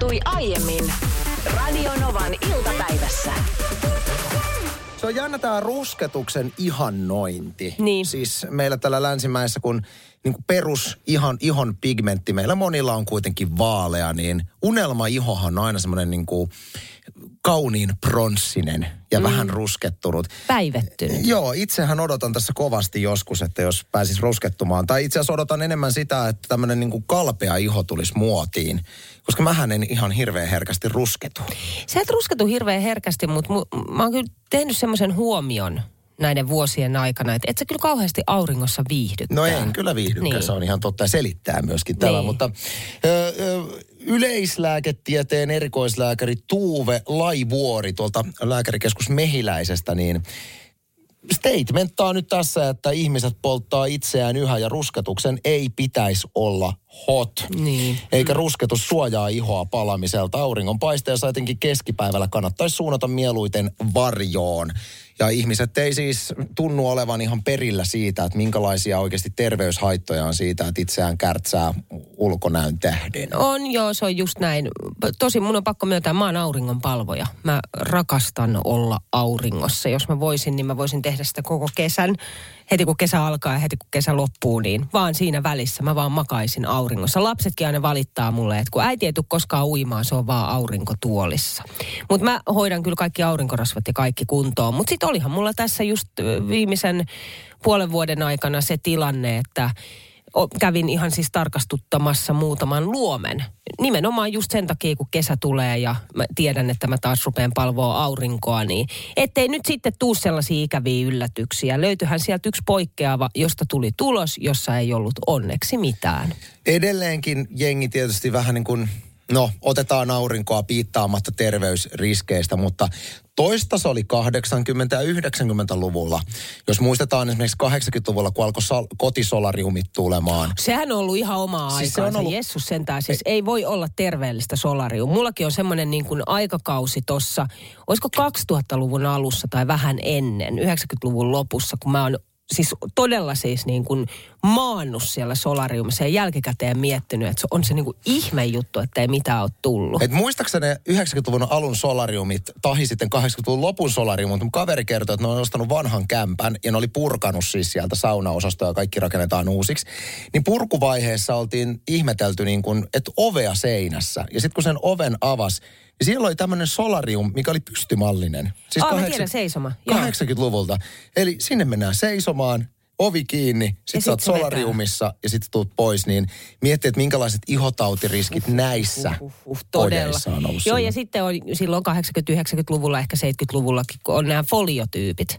tapahtui aiemmin Radio-Novan iltapäivässä. Se on jännä tämä rusketuksen ihannointi. Niin. Siis meillä täällä länsimäessä, kun niin kuin perus ihon pigmentti, meillä monilla on kuitenkin vaalea, niin unelma-ihohan on aina semmoinen niin kuin kauniin pronssinen ja vähän ruskettunut. Päivettynyt. Joo, itsehän odotan tässä kovasti joskus, että jos pääsis ruskettumaan. Tai itse asiassa odotan enemmän sitä, että tämmöinen niin kuin kalpea iho tulisi muotiin. Koska mähän en ihan hirveän herkästi rusketu. Sä et rusketu hirveän herkästi, mutta mä oon kyllä tehnyt semmoisen huomion näiden vuosien aikana, että et sä kyllä kauheasti auringossa viihdyttää. No en kyllä viihdykään, niin. Se on ihan totta ja selittää myöskin tämä. Niin. Mutta yleislääketieteen erikoislääkäri Tuve Laivuori tuolta lääkärikeskus Mehiläisestä, niin statementtaa nyt tässä, että ihmiset polttaa itseään yhä ja rusketuksen ei pitäisi olla hot. Niin. Eikä rusketus suojaa ihoa palamiselta. Auringonpaisteessa etenkin keskipäivällä kannattaisi suunnata mieluiten varjoon. Ja ihmiset ei siis tunnu olevan ihan perillä siitä, että minkälaisia oikeasti terveyshaittoja on siitä, että itseään kärtsää ulkonäön tähden. On joo, se on just näin. Tosin mun on pakko myöntää, mä oon auringonpalvoja. Mä rakastan olla auringossa. Jos mä voisin, niin mä voisin tehdä sitä koko kesän. Heti kun kesä alkaa ja heti kun kesä loppuu, niin vaan siinä välissä mä vaan makaisin auringossa. Lapsetkin aina valittaa mulle, että kun äiti ei tule koskaan uimaan, se on vaan aurinkotuolissa. Mutta mä hoidan kyllä kaikki aurinkorasvat ja kaikki kuntoon. Mutta sitten olihan mulla tässä just viimeisen puolen vuoden aikana se tilanne, että kävin ihan siis tarkastuttamassa muutaman luomen. Nimenomaan just sen takia, kun kesä tulee ja mä tiedän, että mä taas rupean palvoa aurinkoa, niin ettei nyt sitten tuu sellaisia ikäviä yllätyksiä. Löytyihän sieltä yksi poikkeava, josta tuli tulos, jossa ei ollut onneksi mitään. Edelleenkin jengi tietysti vähän niin kuin, otetaan aurinkoa piittaamatta terveysriskeistä, mutta toista se oli 80- ja 90-luvulla. Jos muistetaan esimerkiksi 80-luvulla, kun alkoi kotisolariumit tulemaan. Sehän on ollut ihan omaa aikaansa. Ollut... Jessus sentään, siis ei voi olla terveellistä solarium. Mullakin on semmoinen niin kuin aikakausi tossa, olisiko 2000-luvun alussa tai vähän ennen, 90-luvun lopussa, kun mä oon siis todella siis niin kuin maannut siellä solariumissa ja jälkikäteen miettinyt, että se on se niin kuin ihme juttu, että ei mitään ole tullut. Et muistaakseni ne 90-luvun alun solariumit, tahi sitten 80-luvun lopun solariumit, mun kaveri kertoi, että ne on ostanut vanhan kämpän ja ne oli purkanut siis sieltä saunaosastoa ja kaikki rakennetaan uusiksi. Niin purkuvaiheessa oltiin ihmetelty niin kuin, että ovea seinässä ja sitten kun sen oven avasi, ja siellä oli tämmöinen solarium, mikä oli pystymallinen. Siis mä tiedän, seisoma. 80-luvulta. Eli sinne mennään seisomaan, ovi kiinni, sit sä oot solariumissa ja sit tuut pois, niin miettii, että minkälaiset ihotautiriskit näissä kodeissa on ollut. Joo, ja sitten on silloin 80-90-luvulla, ehkä 70-luvullakin, kun on nämä foliotyypit.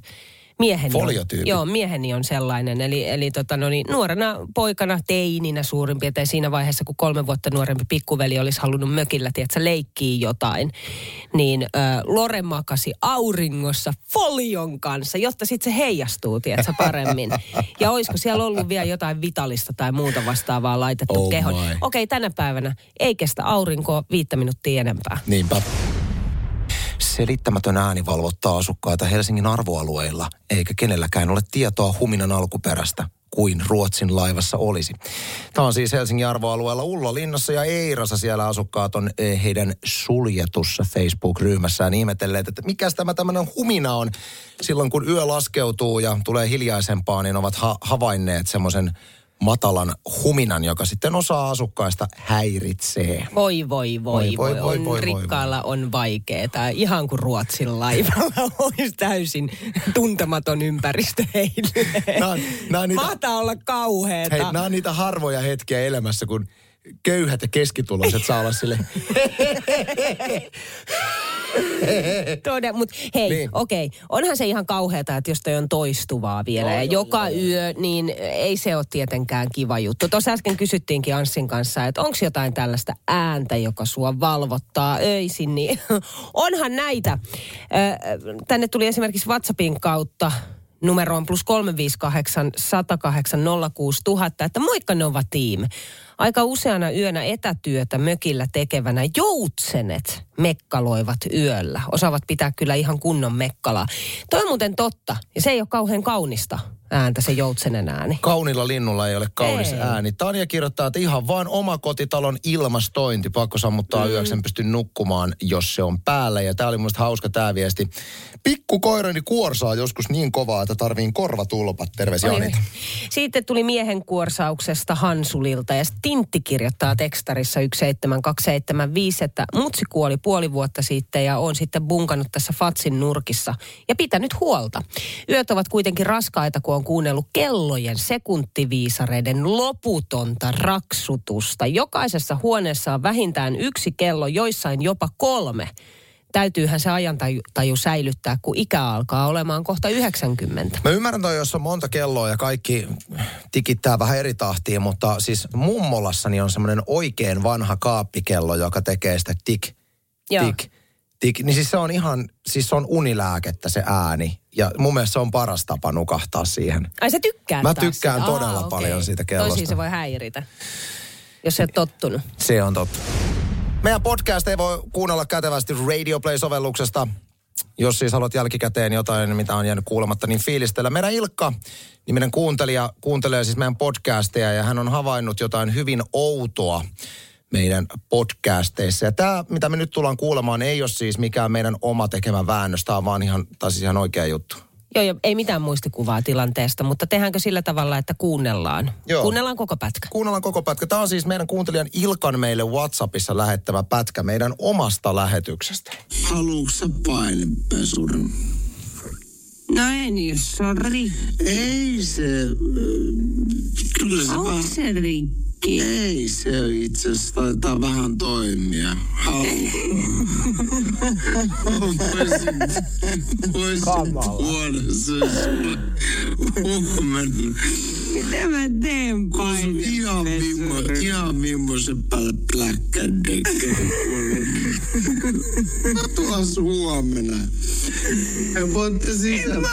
Mieheni on sellainen. Eli nuorena poikana, teininä suurin piirtein siinä vaiheessa, kun 3 vuotta nuorempi pikkuveli olisi halunnut mökillä, tiedätkö, leikkiä jotain, niin Lore makasi auringossa folion kanssa, jotta sitten se heijastuu, tiedätkö, paremmin. Ja olisiko siellä ollut vielä jotain vitalista tai muuta vastaavaa laitettu kehon. Okei, tänä päivänä ei kestä aurinkoa 5 minuuttia enempää. Niinpä. Selittämätön ääni valvottaa asukkaita Helsingin arvoalueilla, eikä kenelläkään ole tietoa huminan alkuperästä kuin Ruotsin laivassa olisi. Tämä on siis Helsingin arvoalueella Ullalinnassa ja Eirassa. Siellä asukkaat on heidän suljetussa Facebook-ryhmässään ihmetelleet, että mikäs tämä tämmöinen humina on. Silloin kun yö laskeutuu ja tulee hiljaisempaa, niin ovat havainneet semmoisen matalan huminan, joka sitten osaa asukkaista häiritsee. Voi. Rikkaalla on vaikeeta. Ihan kuin Ruotsin laivalla olisi täysin tuntematon ympäristö heille. Mahtaa olla kauheeta. Hei, nämä on niitä harvoja hetkiä elämässä, kun köyhät ja keskituloiset saa olla sille. Mutta hei, niin. Okei. Onhan se ihan kauheata, että jos toi on toistuvaa vielä ja joka yö, niin ei se ole tietenkään kiva juttu. Tuossa äsken kysyttiinkin Anssin kanssa, että onko jotain tällaista ääntä, joka sua valvottaa öisin, niin onhan näitä. Tänne tuli esimerkiksi WhatsAppin kautta numeroon +358 108 06000, että moikka Nova Team. Aika useana yönä etätyötä mökillä tekevänä joutsenet mekkaloivat yöllä. Osaavat pitää kyllä ihan kunnon mekkalaa. Toi on muuten totta, ja se ei ole kauhean kaunista. ääntä, se joutsenen ääni. Kaunilla linnulla ei ole kaunis Ei. ääni. Tanja kirjoittaa, että ihan vaan omakotitalon ilmastointi. Pakko sammuttaa yöksi, en pysty nukkumaan, jos se on päällä. Ja tää oli mun mielestä hauska tää viesti. Pikkukoirani kuorsaa joskus niin kovaa, että tarviin korvatulpat. Terveisiä Janita. Sitten tuli miehen kuorsauksesta Hansulilta ja Tintti kirjoittaa tekstarissa 17275, että mutsi kuoli puoli vuotta sitten ja on sitten bunkannut tässä Fatsin nurkissa ja pitänyt huolta. Yöt ovat kuitenkin raskaita, kun on kuunnellut kellojen sekuntiviisareiden loputonta raksutusta. Jokaisessa huoneessa on vähintään yksi kello, joissain jopa 3. Täytyyhän se ajantaju säilyttää, kun ikä alkaa olemaan kohta 90. Mä ymmärrän toi, jos on monta kelloa ja kaikki tikittää vähän eri tahtiin, mutta siis mummolassani on semmoinen oikein vanha kaappikello, joka tekee sitä tik, niin siis se on ihan, siis se on unilääkettä se ääni. Ja mun mielestä se on paras tapa nukahtaa siihen. Ai sä tykkäät Mä tykkään todella paljon siitä kellosta. Toisin se voi häiritä, jos sä oot tottunut. Se on totta. Meidän podcast ei voi kuunnella kätevästi Radio Play-sovelluksesta. Jos siis haluat jälkikäteen jotain, mitä on jäänyt kuulematta, niin fiilistellä. Meidän Ilkka, niminen kuuntelija, kuuntelee siis meidän podcasteja ja hän on havainnut jotain hyvin outoa meidän podcasteissa. Ja tämä, mitä me nyt tullaan kuulemaan, ei ole siis mikään meidän oma tekemä väännös. Tämä on vaan ihan oikea juttu. Joo, ei mitään muistikuvaa tilanteesta, mutta tehdäänkö sillä tavalla, että kuunnellaan? Joo. Kuunnellaan koko pätkä. Kuunnellaan koko pätkä. Tämä on siis meidän kuuntelijan Ilkan meille WhatsAppissa lähettävä pätkä meidän omasta lähetyksestä. Haluatko sä painepesurin? No en, jos se on rikki. Ei se... Kyllä se Onko vähän... se rikki? Ei se itse asiassa taitaa vähän toimia. Voisin huoneessa sulle huomenna. Mitä mä teen painepesurin? Ihan mimmoisen päälle Black and Decker. Mä tulas huomenna. Ja voitte sisään.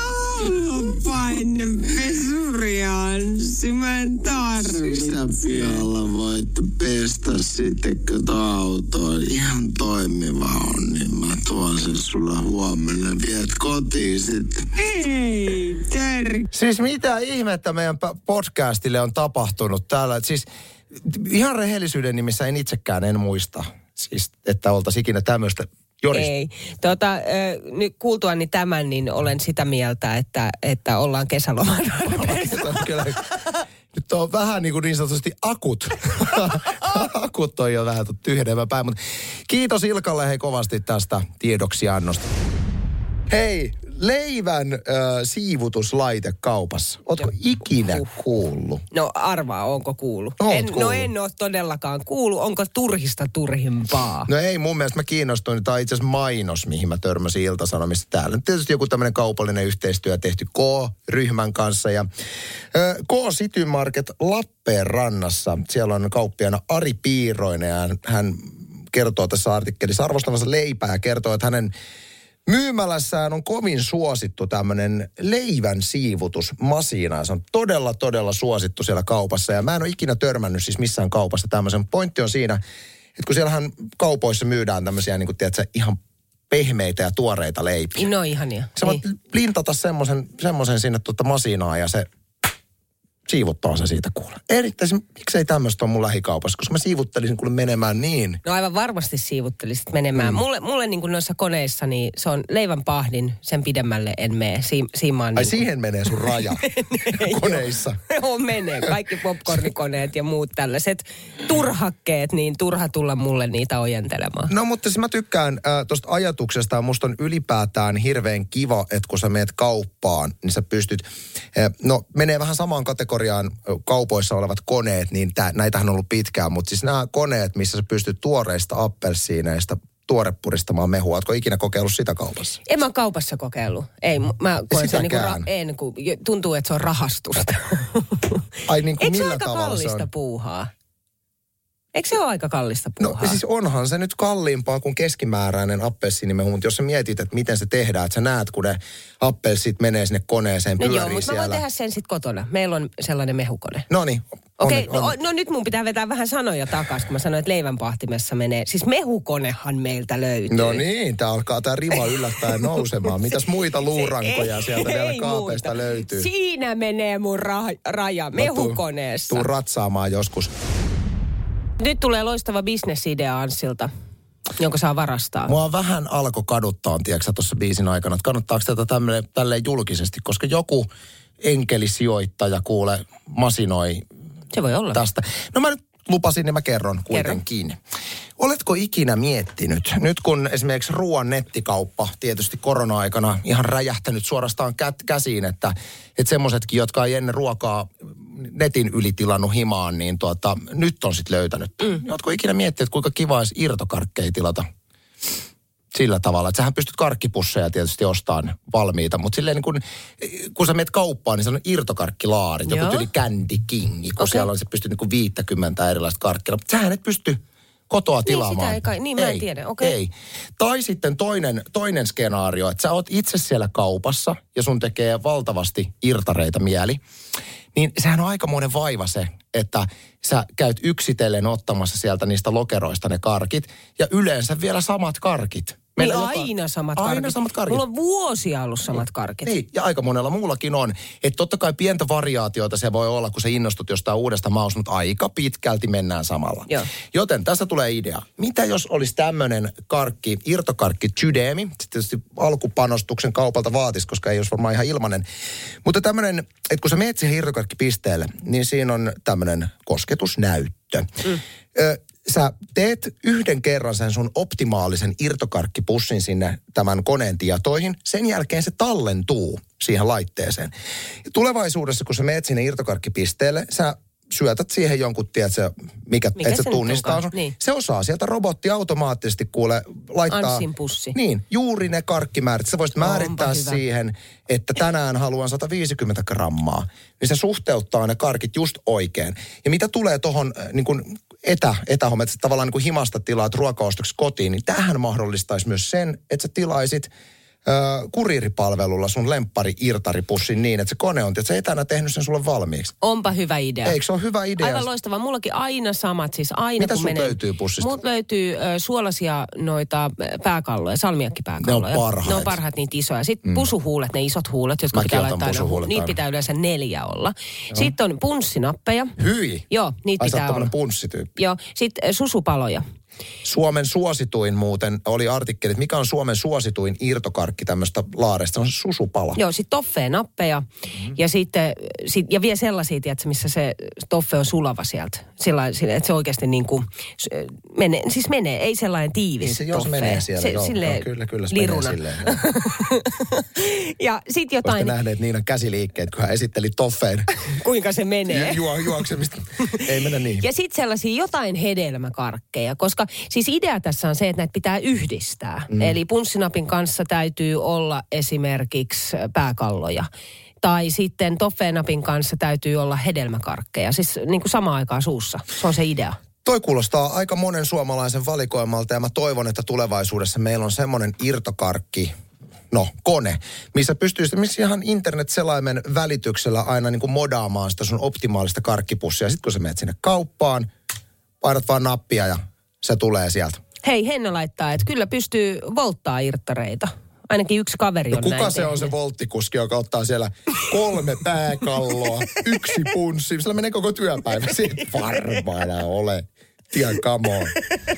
Painepesuriaan, mä en tarvi. Sisäpihalla voitte pestä sitten, kun auto on ihan toimiva on, niin mä tuon sen sulle huomenna. Viet kotiin sitten. Ei, Siis mitä ihmettä meidän podcastille on tapahtunut täällä? Siis ihan rehellisyyden nimissä en muista. Siis, että oltaisiin ikinä tämmöistä jorista. Ei. Nyt kuultuani tämän, niin olen sitä mieltä, että ollaan kesäloman Nyt on vähän niin sanotusti akut. Akut on jo vähän tyhjenevä päin. Mutta kiitos Ilkalle kovasti tästä tiedoksiannosta. Hei, leivän siivutuslaite kaupassa. Ootko ikinä kuullut? No arvaa, onko kuullut? Kuullut? En ole todellakaan kuullut. Onko turhista turhimpaa? No ei, mun mielestä mä kiinnostuin. Tämä on itse asiassa mainos, mihin mä törmäsin Ilta-Sanomissa täällä. Tietysti joku tämmöinen kaupallinen yhteistyö tehty K-ryhmän kanssa. Ja K-City Market Lappeenrannassa, siellä on kauppiaana Ari Piiroinen ja hän kertoo tässä artikkelissa arvostavansa leipää ja kertoo, että hänen myymälässään on kovin suosittu tämmöinen leivän siivutusmasiina. Ja se on todella, todella suosittu siellä kaupassa. Ja mä en ole ikinä törmännyt siis missään kaupassa tämmöisen. Pointti on siinä, että kun siellähän kaupoissa myydään tämmöisiä niin kuin tiedätkö, ihan pehmeitä ja tuoreita leipiä. No ihania. Sä voit lintata semmoisen sinne masinaan ja se siivuttaa se siitä kuule. Erittäin, miksei tämmöistä ole mun lähikaupassa, koska mä siivuttelisin kuule menemään niin. No aivan varmasti siivuttelisit menemään. Mulle niin kuin noissa koneissa, niin se on leivän pahdin, sen pidemmälle en mene. Siimaan Ai niin siihen menee sun raja koneissa. Joo, menee. Kaikki popcornikoneet ja muut tällaiset turhakkeet, niin turha tulla mulle niitä ojentelemaan. No mutta siis mä tykkään tuosta ajatuksesta ja musta on ylipäätään hirveän kiva, että kun sä meet kauppaan, niin sä pystyt, menee vähän samaan kategoriaan kaupoissa olevat koneet, niin näitähän on ollut pitkään, mutta siis nämä koneet, missä sä pystyt tuoreista appelsiineista tuorepuristamaan mehua. Ootko ikinä kokeillut sitä kaupassa? En mä kaupassa kokeillut. Ei, mä koen sen niinku, tuntuu, että se on rahastusta. Ai niin kuin eikö se millä aika tavalla kallista se on? puuhaa? Eikö se ole aika kallista puuhaa? No siis onhan se nyt kalliimpaa kuin keskimääräinen appelsiinimehu, mutta jos sä mietit, että miten se tehdään, että sä näet, kun ne appelsit menee sinne koneeseen, pyörii joo, mutta siellä. mä voin tehdä sen sitten kotona. Meillä on sellainen mehukone. Noniin. Okei, no nyt mun pitää vetää vähän sanoja takaisin, kun mä sanoin, että leivänpahtimessa menee. Siis mehukonehan meiltä löytyy. No niin, tää alkaa tää riva yllättäen nousemaan. Mitäs muita luurankoja sieltä vielä kaapeista löytyy? Siinä menee mun raja, mehukoneessa. Tuun ratsaamaan joskus. Nyt tulee loistava bisnesidea Anssilta, jonka saa varastaa. Mua vähän alkoi kaduttaa, tiedätkö tuossa biisin aikana, että kannattaako tätä tälleen julkisesti, koska joku enkelisijoittaja kuule masinoi se voi olla tästä. No mä nyt lupasin, niin mä kerron kuitenkin. Oletko ikinä miettinyt, nyt kun esimerkiksi ruoan nettikauppa tietysti korona-aikana ihan räjähtänyt suorastaan käsiin, että semmoisetkin, jotka ei ennen ruokaa netin yli tilannut himaan, niin nyt on sitten löytänyt. Oletko ikinä miettinyt, kuinka kiva olisi irtokarkkeja tilata sillä tavalla, että sähän pystyt karkkipusseja tietysti ostamaan valmiita, mutta silleen niin kun sä menet kauppaan, niin se on irtokarkkilaarit, joku tyyli Candy King, kun siellä on, se pystyy niin 50 erilaista karkkia, mutta sähän et pysty kotoa tilaamaan. Mä en tiedä, okei. Ei. Tai sitten toinen skenaario, että sä oot itse siellä kaupassa ja sun tekee valtavasti irtareita mieli, niin sehän on aikamoinen vaiva se, että sä käyt yksitellen ottamassa sieltä niistä lokeroista ne karkit ja yleensä vielä samat karkit. Niin aina samat karkit. Mulla on vuosia ollut samat karkit. Niin, ja aika monella muullakin on. Että totta kai pientä variaatiota se voi olla, kun sä innostut jostain uudesta mausta, mutta aika pitkälti mennään samalla. Joo. Joten tässä tulee idea. Mitä jos olisi tämmöinen irtokarkki Tydemi? Sitten tietysti alkupanostuksen kaupalta vaatisi, koska ei olisi varmaan ihan ilmainen. Mutta tämmöinen, että kun sä menet siihen irtokarkkipisteelle, niin siinä on tämmöinen kosketusnäyttö. Sä teet yhden kerran sen sun optimaalisen irtokarkkipussin sinne tämän koneen tietoihin. Sen jälkeen se tallentuu siihen laitteeseen. Ja tulevaisuudessa, kun sä meet sinne irtokarkkipisteelle, sä syötät siihen jonkun, tiedätkö, mikä että se tunnistaa sun. Niin. Se osaa sieltä robotti automaattisesti kuule laittaa. Anssin pussi. Niin, juuri ne karkkimäärät. Sä voisit määrittää siihen, että tänään haluan 150 grammaa. Niin se suhteuttaa ne karkit just oikein. Ja mitä tulee tohon niin kuin etähomma, että tavallaan niin kuin himasta tilaat ruokaostoksi kotiin, niin tämähän mahdollistaisi myös sen, että sä tilaisit kuriiripalvelulla sun lemppari-irtaripussin niin, että se kone on, että sä etänä tehnyt sen sulle valmiiksi. Onpa hyvä idea. Eikö se ole hyvä idea? Aivan loistava. Mullakin aina samat, siis aina mitä kun sun löytyy pussista? Mut löytyy suolaisia noita pääkalloja, salmiakkipääkalloja. Ne on parhaat. Ne on parhaat niitä isoja. Sitten pusuhuulet, ne isot huulet, jotka pitää laittaa aina. Niitä pitää yleensä 4 olla. Joo. Sitten on punssinappeja. Hyi! Joo, niitä pitää olla. Punssityyppi. Joo, sitten susupaloja. Suomen suosituin muuten oli artikkeli, että mikä on Suomen suosituin irtokarkki tämmöistä laaresta. Se on susupala. Joo, sitten toffee-nappeja ja sitten ja vielä sellaisia, tiedätkö, missä se toffe on sulava sieltä. Sillä että se oikeasti niin kuin menee, ei sellainen tiivis niin se, jos toffee. menee siellä, joo, kyllä se liruna. menee silleen. Ja sitten jotain. Olette nähneet Niinan käsiliikkeet, kun hän esitteli toffeen. Kuinka se menee. Juoksemista. Ei mennä niin. Ja sitten sellaisia jotain hedelmäkarkkeja, koska siis idea tässä on se, että näitä pitää yhdistää. Eli punssinapin kanssa täytyy olla esimerkiksi pääkalloja. Tai sitten toffeenapin kanssa täytyy olla hedelmäkarkkeja. Siis niin kuin samaan aikaan suussa. Se on se idea. Toi kuulostaa aika monen suomalaisen valikoimalta ja mä toivon, että tulevaisuudessa meillä on semmoinen irtokarkki, kone, missä pystyy missä ihan internet-selaimen välityksellä aina niin kuin modaamaan sitä sun optimaalista karkkipussia. Sitten kun sä menet sinne kauppaan, painat vaan nappia ja se tulee sieltä. Hei, Henna laittaa, että kyllä pystyy volttaa irttareita. Ainakin yksi kaveri on kuka näin se tehnyt. on se volttikuski, joka ottaa siellä 3 pääkalloa, 1 punssi. Sillä menee koko työpäivä. Siitä varmaan ole. Tiedän, come on.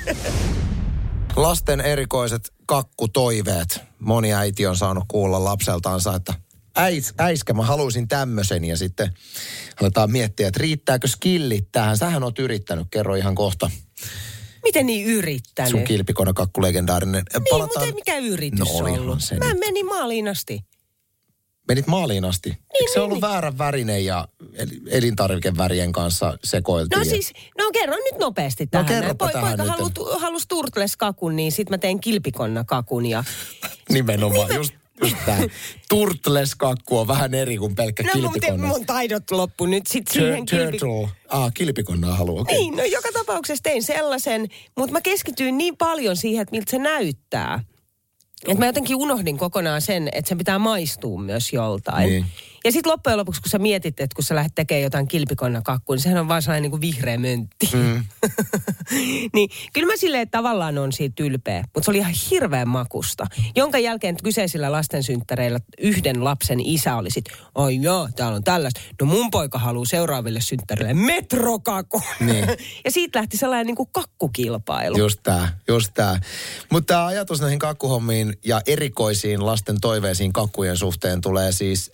Lasten erikoiset kakkutoiveet. Moni äiti on saanut kuulla lapseltaansa, että äiskä, mä haluaisin tämmöisen. Ja sitten aletaan miettiä, että riittääkö skillit tähän. Sähän oot yrittänyt, kerro ihan kohta. Miten niin yrittänyt? Sun kilpikonekakku legendaarinen. Niin, mutta ei mikään yritys ollut. Mä menin maaliin asti. Menit maaliin asti? Eikö se ollut väärän värinen ja elintarvikevärien kanssa sekoiltiin? No siis, kerro nyt nopeasti tähän. Kerropa tähän nyt. Poika halusi turtles-kakun, niin sit mä tein kilpikonnakakun ja... Nimenomaan, just Just tää turtles-kakku on vähän eri kuin pelkkä kilpikonna. No mun taidot loppu nyt sit siihen kilpikonnaa haluaa. Okay. Niin, no joka tapauksessa tein sellaisen, mutta mä keskityin niin paljon siihen, että miltä se näyttää. Että mä jotenkin unohdin kokonaan sen, että sen pitää maistua myös joltain. Niin. Ja sitten loppujen lopuksi, kun sä mietit, että kun sä lähdet tekemään jotain kilpikonnakakkua, niin sehän on vaan sellainen niin kuin vihreä möntti. Niin kyllä mä silleen tavallaan on siitä ylpeä, mutta se oli ihan hirveän makusta. Jonka jälkeen kyseisillä lastensynttäreillä yhden lapsen isä oli sit, ai joo, täällä on tällaista. No mun poika haluaa seuraaville synttärille metrokakun. Niin. Ja siitä lähti sellainen niin kuin kakkukilpailu. Just tää. Mutta tämä ajatus näihin kakkuhommiin ja erikoisiin lasten toiveisiin kakkujen suhteen tulee siis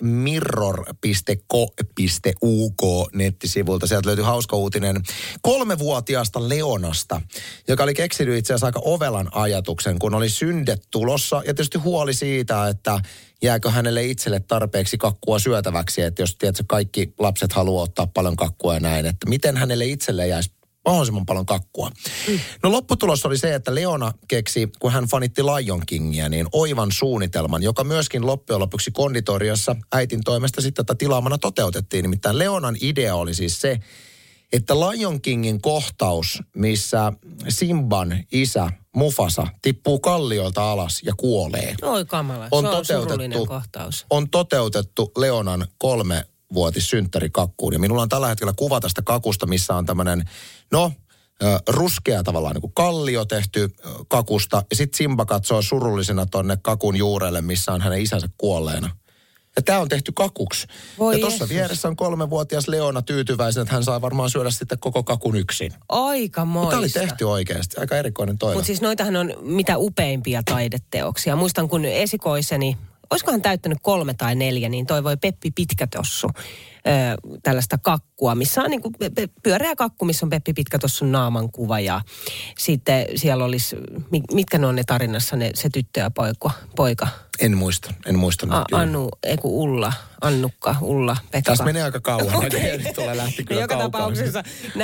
mirror.co.uk nettisivulta. Sieltä löytyy hauska uutinen 3-vuotiaasta Leonasta, joka oli keksinyt itse asiassa aika ovelan ajatuksen, kun oli syndet tulossa. Ja tietysti huoli siitä, että jääkö hänelle itselle tarpeeksi kakkua syötäväksi. Että jos tiedätkö, kaikki lapset haluaa ottaa paljon kakkua ja näin, että miten hänelle itselle jäisi mahdollisimman paljon kakkua. No lopputulos oli se, että Leona keksi, kun hän fanitti Lion Kingia, niin oivan suunnitelman, joka myöskin loppujen lopuksi konditoriassa äitin toimesta sitten tätä tilaamana toteutettiin. Nimittäin Leonan idea oli siis se, että Lion Kingin kohtaus, missä Simban isä Mufasa tippuu kalliolta alas ja kuolee. Oi kamala, se on surullinen kohtaus. On toteutettu Leonan 3-vuotissynttärikakkuun. Ja minulla on tällä hetkellä kuva tästä kakusta, missä on tämmöinen, ruskea tavallaan niin kuin kallio tehty kakusta. Ja sitten Simba katsoo surullisena tonne kakun juurelle, missä on hänen isänsä kuolleena. Ja tämä on tehty kakuksi. Ja tuossa vieressä on 3-vuotias Leona tyytyväisenä, että hän saa varmaan syödä sitten koko kakun yksin. Aikamoista. Tämä oli tehty oikeasti. Aika erikoinen toive. Mutta siis noitahan on mitä upeimpia taideteoksia. Muistan, kun esikoiseni, olisikohan täyttänyt 3 tai 4, niin toivoi Peppi Pitkätossu tällaista kakkua, missä on niin kuin pyöreä kakku, missä on Peppi Pitkätossun naaman kuva. Ja sitten siellä olisi, mitkä ne on ne tarinassa, se tyttö ja poika. En muista Ulla, Annukka, Ulla, Pekka. Tässä menee aika kauan. Tuolla lähti kyllä joka tapauksessa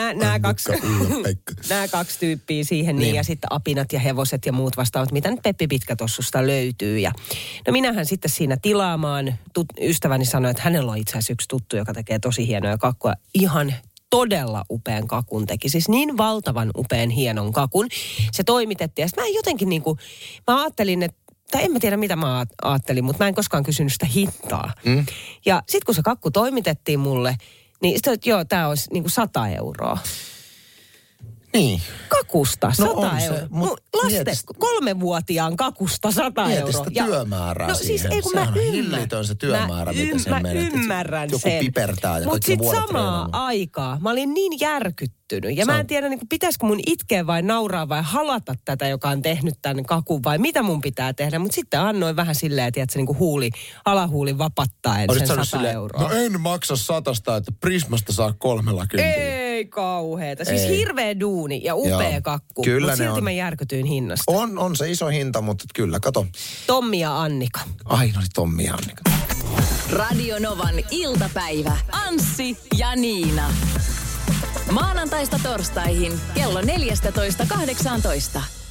nämä 2 tyyppiä siihen niin. Ja sitten apinat ja hevoset ja muut vastaavat, mitä nyt Peppi Pitkätossusta löytyy. Ja no minähän sitten siinä tilaamaan, ystäväni sanoi, että hänellä on itse asiassa yksi tuttu, joka tekee tosi hienoja kakkua. Ihan todella upean kakun teki. Siis niin valtavan upean hienon kakun. Se toimitettiin ja sitten mä jotenkin niin kuin, mä ajattelin, että tai en mä tiedä, mitä mä ajattelin, mutta mä en koskaan kysynyt sitä hintaa. Ja sitten kun se kakku toimitettiin mulle, niin sitten joo, tää olisi niinku 100 euroa. Niin. Kakusta 100 euroa. Lasten 3-vuotiaan kakusta 100 euroa. Mieti sitä työmäärää siihen. Siis, sehän on hillitön se työmäärä, mitä sen menee. Mä ymmärrän joku sen. Joku pipertää ja kaikki vuodet treenaamaan. Mutta sitten samaa aikaa mä olin niin järkyttynyt. Ja mä en tiedä, niin pitäisikö mun itkeä vai nauraa vai halata tätä, joka on tehnyt tämän kakun vai mitä mun pitää tehdä. Mutta sitten annoin vähän silleen, että se niin alahuuli vapattaen sen 100 euroa. No en maksa 100, että Prismasta saa 30. Ei kauheeta. Siis hirveä duuni ja upea kakku. Kyllä mutta silti mä järkytyin hinnasta. On se iso hinta, mutta kyllä, kato. Tommi ja Annika. Aina oli Tommi ja Annika. Radio Novan iltapäivä. Anssi ja Niina. Maanantaista torstaihin kello 14.18.